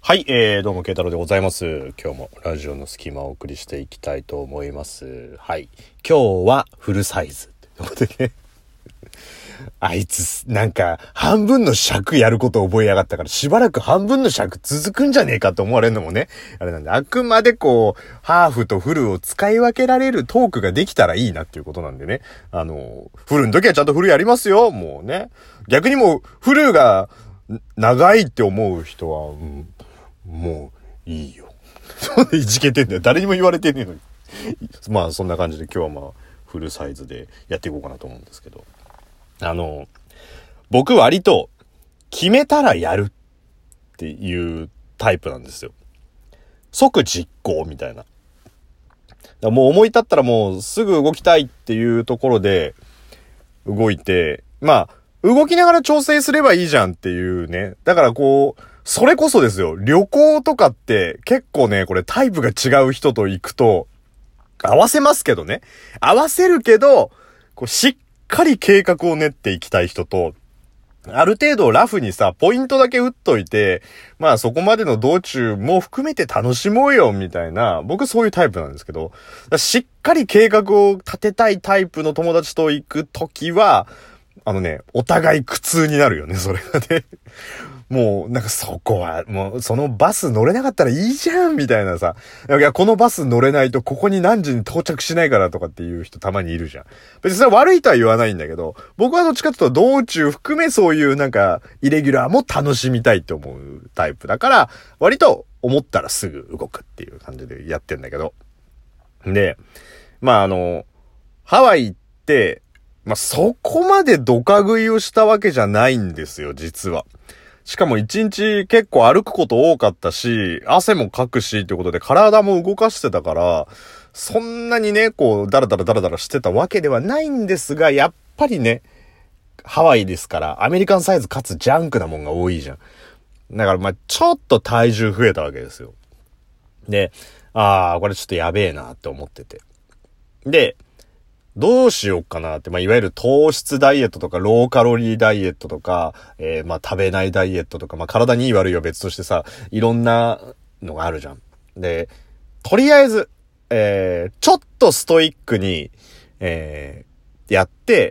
はい、どうも、慶太郎でございます。今日もラジオの隙間をお送りしていきたいと思います。はい。今日はフルサイズ。ということでね。あいつ、なんか、半分の尺やることを覚えやがったから、しばらく半分の尺続くんじゃねえかと思われるのもね、あれなんで、あくまでこう、ハーフとフルを使い分けられるトークができたらいいなっていうことなんでね。フルの時はちゃんとフルやりますよ、もうね。逆にもう、フルが長いって思う人は、もう、いいよ。そんでいじけてんだよ。誰にも言われてねえのに。まあ、そんな感じで今日はまあ、フルサイズでやっていこうかなと思うんですけど。僕割と、決めたらやるっていうタイプなんですよ。即実行みたいな。もう思い立ったらもうすぐ動きたいっていうところで、動いて、まあ、動きながら調整すればいいじゃんっていうね。だからこう、それこそですよ。旅行とかって結構ね、これタイプが違う人と行くと、合わせますけどね。合わせるけど、こうしっかり計画を練っていきたい人と、ある程度ラフにさ、ポイントだけ打っといて、まあそこまでの道中も含めて楽しもうよ、みたいな、僕そういうタイプなんですけど、しっかり計画を立てたいタイプの友達と行くときは、お互い苦痛になるよね、それがね。もう、なんかそこは、もう、そのバス乗れなかったらいいじゃんみたいなさ。いや、このバス乗れないとここに何時に到着しないからとかっていう人たまにいるじゃん。別にそれは悪いとは言わないんだけど、僕はどっちかというと道中含めそういうなんか、イレギュラーも楽しみたいって思うタイプだから、割と思ったらすぐ動くっていう感じでやってんだけど。で、まあハワイって、まあそこまでドカ食いをしたわけじゃないんですよ、実は。しかも一日結構歩くこと多かったし、汗もかくしってことで体も動かしてたから、そんなにね、こう、ダラダラしてたわけではないんですが、やっぱりね、ハワイですから、アメリカンサイズかつジャンクなもんが多いじゃん。だからまあちょっと体重増えたわけですよ。で、これちょっとやべえなって思ってて。で、どうしようかなって、まあ、いわゆる糖質ダイエットとか、ローカロリーダイエットとか、まあ、食べないダイエットとか、まあ、体にいい悪いは別としてさ、いろんなのがあるじゃん。で、とりあえず、ちょっとストイックに、やって、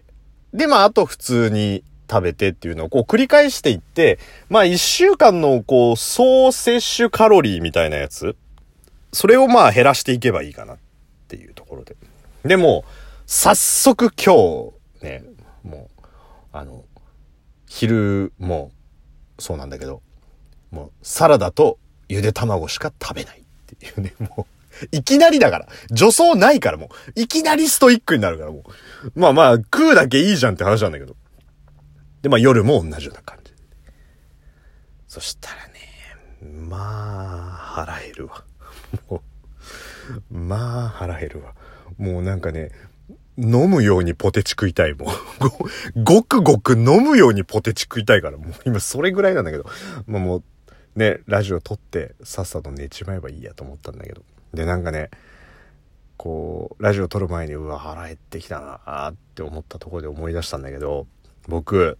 で、まあ、あと普通に食べてっていうのをこう繰り返していって、まあ、一週間のこう、総摂取カロリーみたいなやつ、それをまあ、減らしていけばいいかなっていうところで。でも、早速今日ね、もう、昼もそうなんだけど、もうサラダとゆで卵しか食べないっていうね、もう、いきなりだから、助走ないからもう、いきなりストイックになるからもう、まあまあ、食うだけいいじゃんって話なんだけど。で、まあ夜も同じような感じ。そしたらね、まあ、腹減るわ。もう、まあ腹減るわ。もうなんかね、飲むようにポテチ食いたい、もう。ごくごく飲むようにポテチ食いたいから、もう今それぐらいなんだけど。まあもう、ね、ラジオ撮ってさっさと寝ちまえばいいやと思ったんだけど。で、なんかね、こう、ラジオ撮る前に、うわ、腹減ってきたなーって思ったところで思い出したんだけど、僕、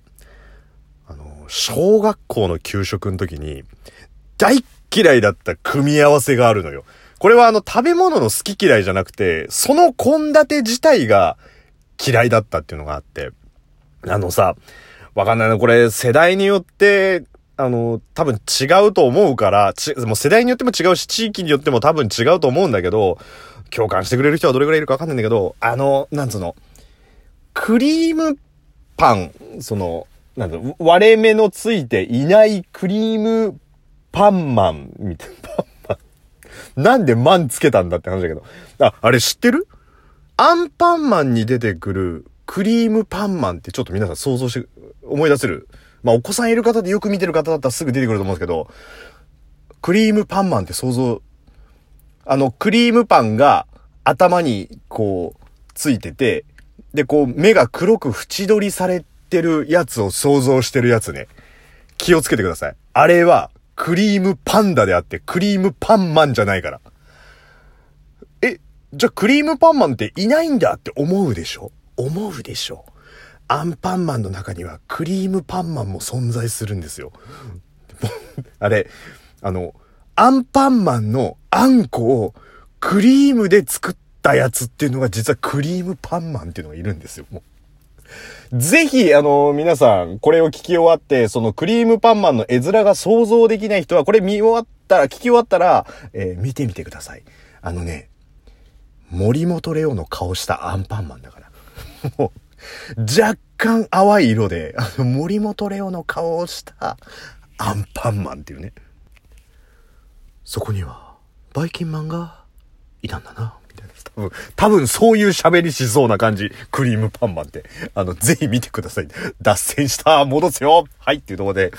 小学校の給食の時に、大嫌いだった組み合わせがあるのよ。これは食べ物の好き嫌いじゃなくて、その献立自体が嫌いだったっていうのがあって。わかんないな、これ世代によって、多分違うと思うから、もう世代によっても違うし、地域によっても多分違うと思うんだけど、共感してくれる人はどれくらいいるかわかんないんだけど、クリームパン、割れ目のついていないクリームパンマン、みたいな。なんでマンつけたんだって話だけど。あれ知ってる？アンパンマンに出てくるクリームパンマンってちょっと皆さん想像して、思い出せる？まあお子さんいる方でよく見てる方だったらすぐ出てくると思うんですけど、クリームパンマンって想像、クリームパンが頭にこうついてて、でこう目が黒く縁取りされてるやつを想像してるやつね。気をつけてください。あれは、クリームパンダであってクリームパンマンじゃないから。じゃあクリームパンマンっていないんだって思うでしょ？アンパンマンの中にはクリームパンマンも存在するんですよ。あれ、 アンパンマンのあんこをクリームで作ったやつっていうのが実はクリームパンマンっていうのがいるんですよ。もうぜひ、皆さん、これを聞き終わって、そのクリームパンマンの絵面が想像できない人は、これ聞き終わったら、見てみてください。森本レオの顔したアンパンマンだから。もう、若干淡い色で、森本レオの顔をしたアンパンマンっていうね。そこには、バイキンマンがいたんだな。多分そういう喋りしそうな感じ。クリームパンマンって。ぜひ見てください。脱線した。戻すよ。はいっていうところで、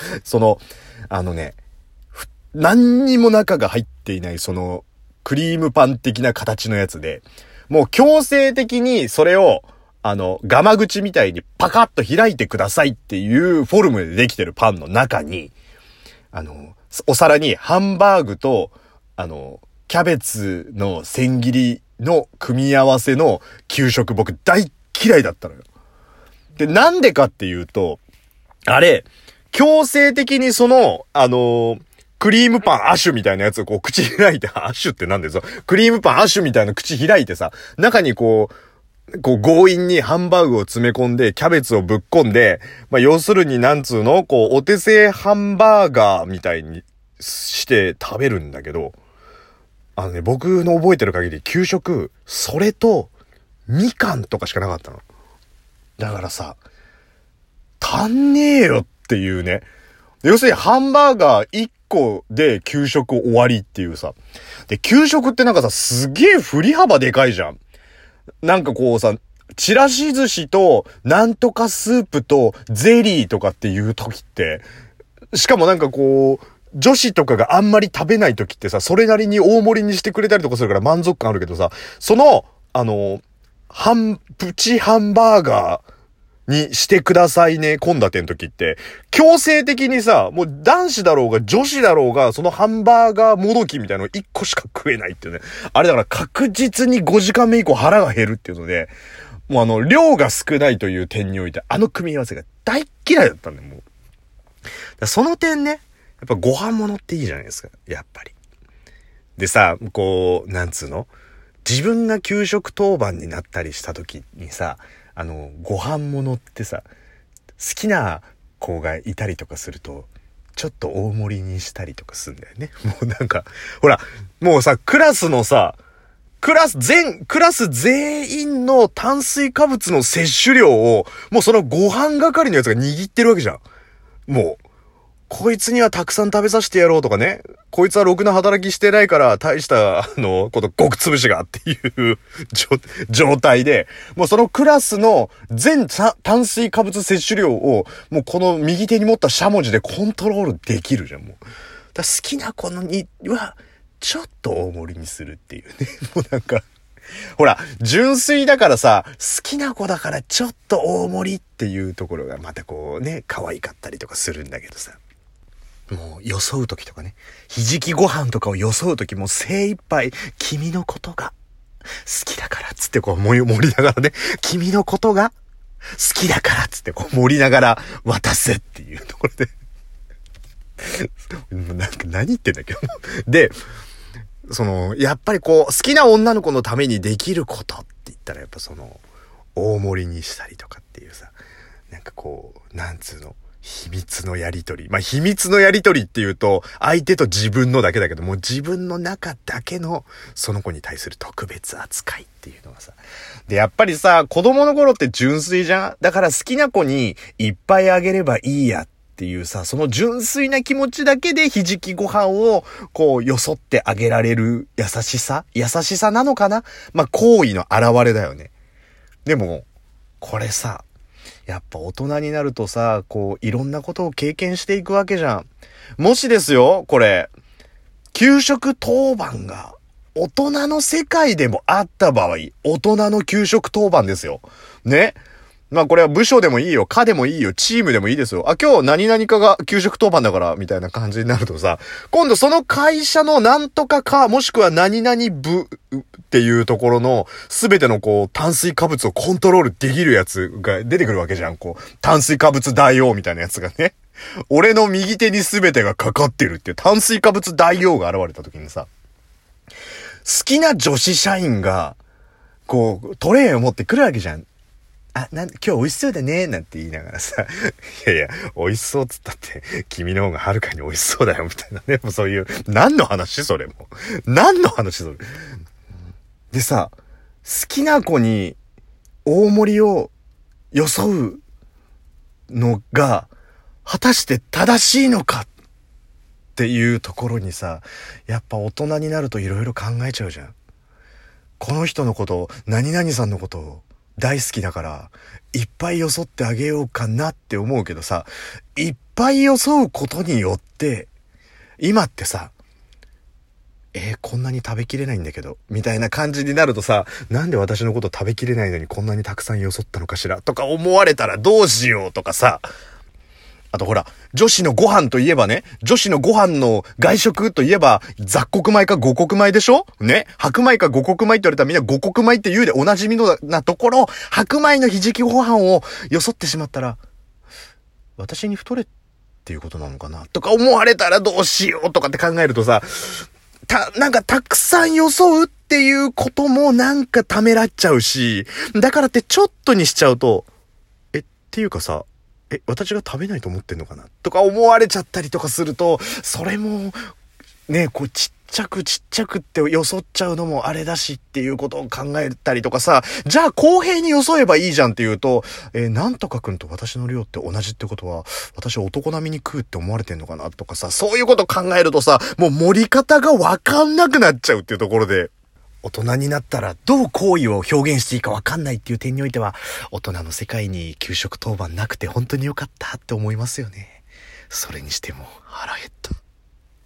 何にも中が入っていない、クリームパン的な形のやつで、もう強制的にそれを、ガマ口みたいにパカッと開いてくださいっていうフォルムでできてるパンの中に、お皿にハンバーグと、キャベツの千切りの組み合わせの給食僕大嫌いだったのよ。で、なんでかっていうと、あれ、強制的にクリームパンアッシュみたいなやつをこう口開いて、アッシュってなんですよ。クリームパンアッシュみたいな口開いてさ、中にこう強引にハンバーグを詰め込んで、キャベツをぶっ込んで、要するにお手製ハンバーガーみたいにして食べるんだけど、僕の覚えてる限り給食、それと、みかんとかしかなかったの。だからさ、足んねえよっていうね。要するにハンバーガー1個で給食終わりっていうさ。で、給食ってすげえ振り幅でかいじゃん。ちらし寿司と、なんとかスープと、ゼリーとかっていう時って、しかも女子とかがあんまり食べない時ってさ、それなりに大盛りにしてくれたりとかするから満足感あるけどさ、プチハンバーガーにしてくださいね、献立の時って、強制的にさ、もう男子だろうが女子だろうが、そのハンバーガーもどきみたいなの1個しか食えないっていうね。あれだから確実に5時間目以降腹が減るっていうので、もう量が少ないという点において、組み合わせが大嫌いだったんだよ、もう。その点ね、やっぱご飯物っていいじゃないですか。やっぱり。でさ、自分が給食当番になったりした時にさ、ご飯物ってさ、好きな子がいたりとかすると、ちょっと大盛りにしたりとかするんだよね。もうほら、もうさ、クラス全クラス全員の炭水化物の摂取量を、もうそのご飯係のやつが握ってるわけじゃん。もう。こいつにはたくさん食べさせてやろうとかね。こいつはろくな働きしてないから大したごくつぶしがっていう状態で、もうそのクラスの全炭水化物摂取量をもうこの右手に持ったしゃもじでコントロールできるじゃん、もう。好きな子にはちょっと大盛りにするっていうね。もうほら、純粋だからさ、好きな子だからちょっと大盛りっていうところがまた可愛かったりとかするんだけどさ。もう、よそうときとかね。ひじきご飯とかをよそうときも精一杯、君のことが好きだからっつって盛りながらね。君のことが好きだからっつって盛りながら渡せっていうところで。何言ってんだっけど。で、やっぱり好きな女の子のためにできることって言ったらやっぱ大盛りにしたりとかっていうさ。秘密のやりとり。秘密のやりとりっていうと、相手と自分のだけだけど、もう自分の中だけの、その子に対する特別扱いっていうのがさ。で、やっぱりさ、子供の頃って純粋じゃん？だから好きな子にいっぱいあげればいいやっていうさ、その純粋な気持ちだけでひじきご飯を、よそってあげられる優しさなのかな？行為の表れだよね。でも、これさ、やっぱ大人になるとさ、いろんなことを経験していくわけじゃん。もしですよ、これ、給食当番が大人の世界でもあった場合、大人の給食当番ですよ。ね。これは部署でもいいよ、課でもいいよ、チームでもいいですよ。今日何々かが給食当番だから、みたいな感じになるとさ、今度その会社のなんとかか、もしくは何々部っていうところの、すべての炭水化物をコントロールできるやつが出てくるわけじゃん。炭水化物大王みたいなやつがね。 俺の右手に全てがかかってるっていう炭水化物大王が現れた時にさ、好きな女子社員が、こう、トレイを持ってくるわけじゃん。今日美味しそうだね、なんて言いながらさ、いやいや、美味しそうっつったって、君の方がはるかに美味しそうだよ、みたいなね。もうそういう、何の話それも。何の話それ。でさ、好きな子に大盛りを装うのが、果たして正しいのかっていうところにさ、やっぱ大人になると色々考えちゃうじゃん。この人のこと、何々さんのことを大好きだから、いっぱい装ってあげようかなって思うけどさ、いっぱい装うことによって、今ってさ、こんなに食べきれないんだけど、みたいな感じになるとさ、なんで私のこと食べきれないのにこんなにたくさん装ったのかしらとか思われたらどうしようとかさ、あとほら、女子のご飯といえばね、女子のご飯の外食といえば、雑穀米か五穀米でしょね、白米か五穀米って言われたらみんな五穀米って言うでおなじみのなところ、白米のひじきご飯をよそってしまったら、私に太れっていうことなのかなとか思われたらどうしようとかって考えるとさ、なんかたくさん装うっていうこともなんかためらっちゃうし、だからってちょっとにしちゃうと、っていうかさ、私が食べないと思ってんのかなとか思われちゃったりとかすると、それも、ね、こうちっちゃくって装っちゃうのもあれだしっていうことを考えたりとかさ、じゃあ公平に装えばいいじゃんっていうと、なんとかくんと私の量って同じってことは、私男並みに食うって思われてんのかなとかさ、そういうこと考えるとさ、もう盛り方がわかんなくなっちゃうっていうところで、大人になったらどう行為を表現していいかわかんないっていう点においては、大人の世界に給食当番なくて本当によかったって思いますよね。それにしても腹減った。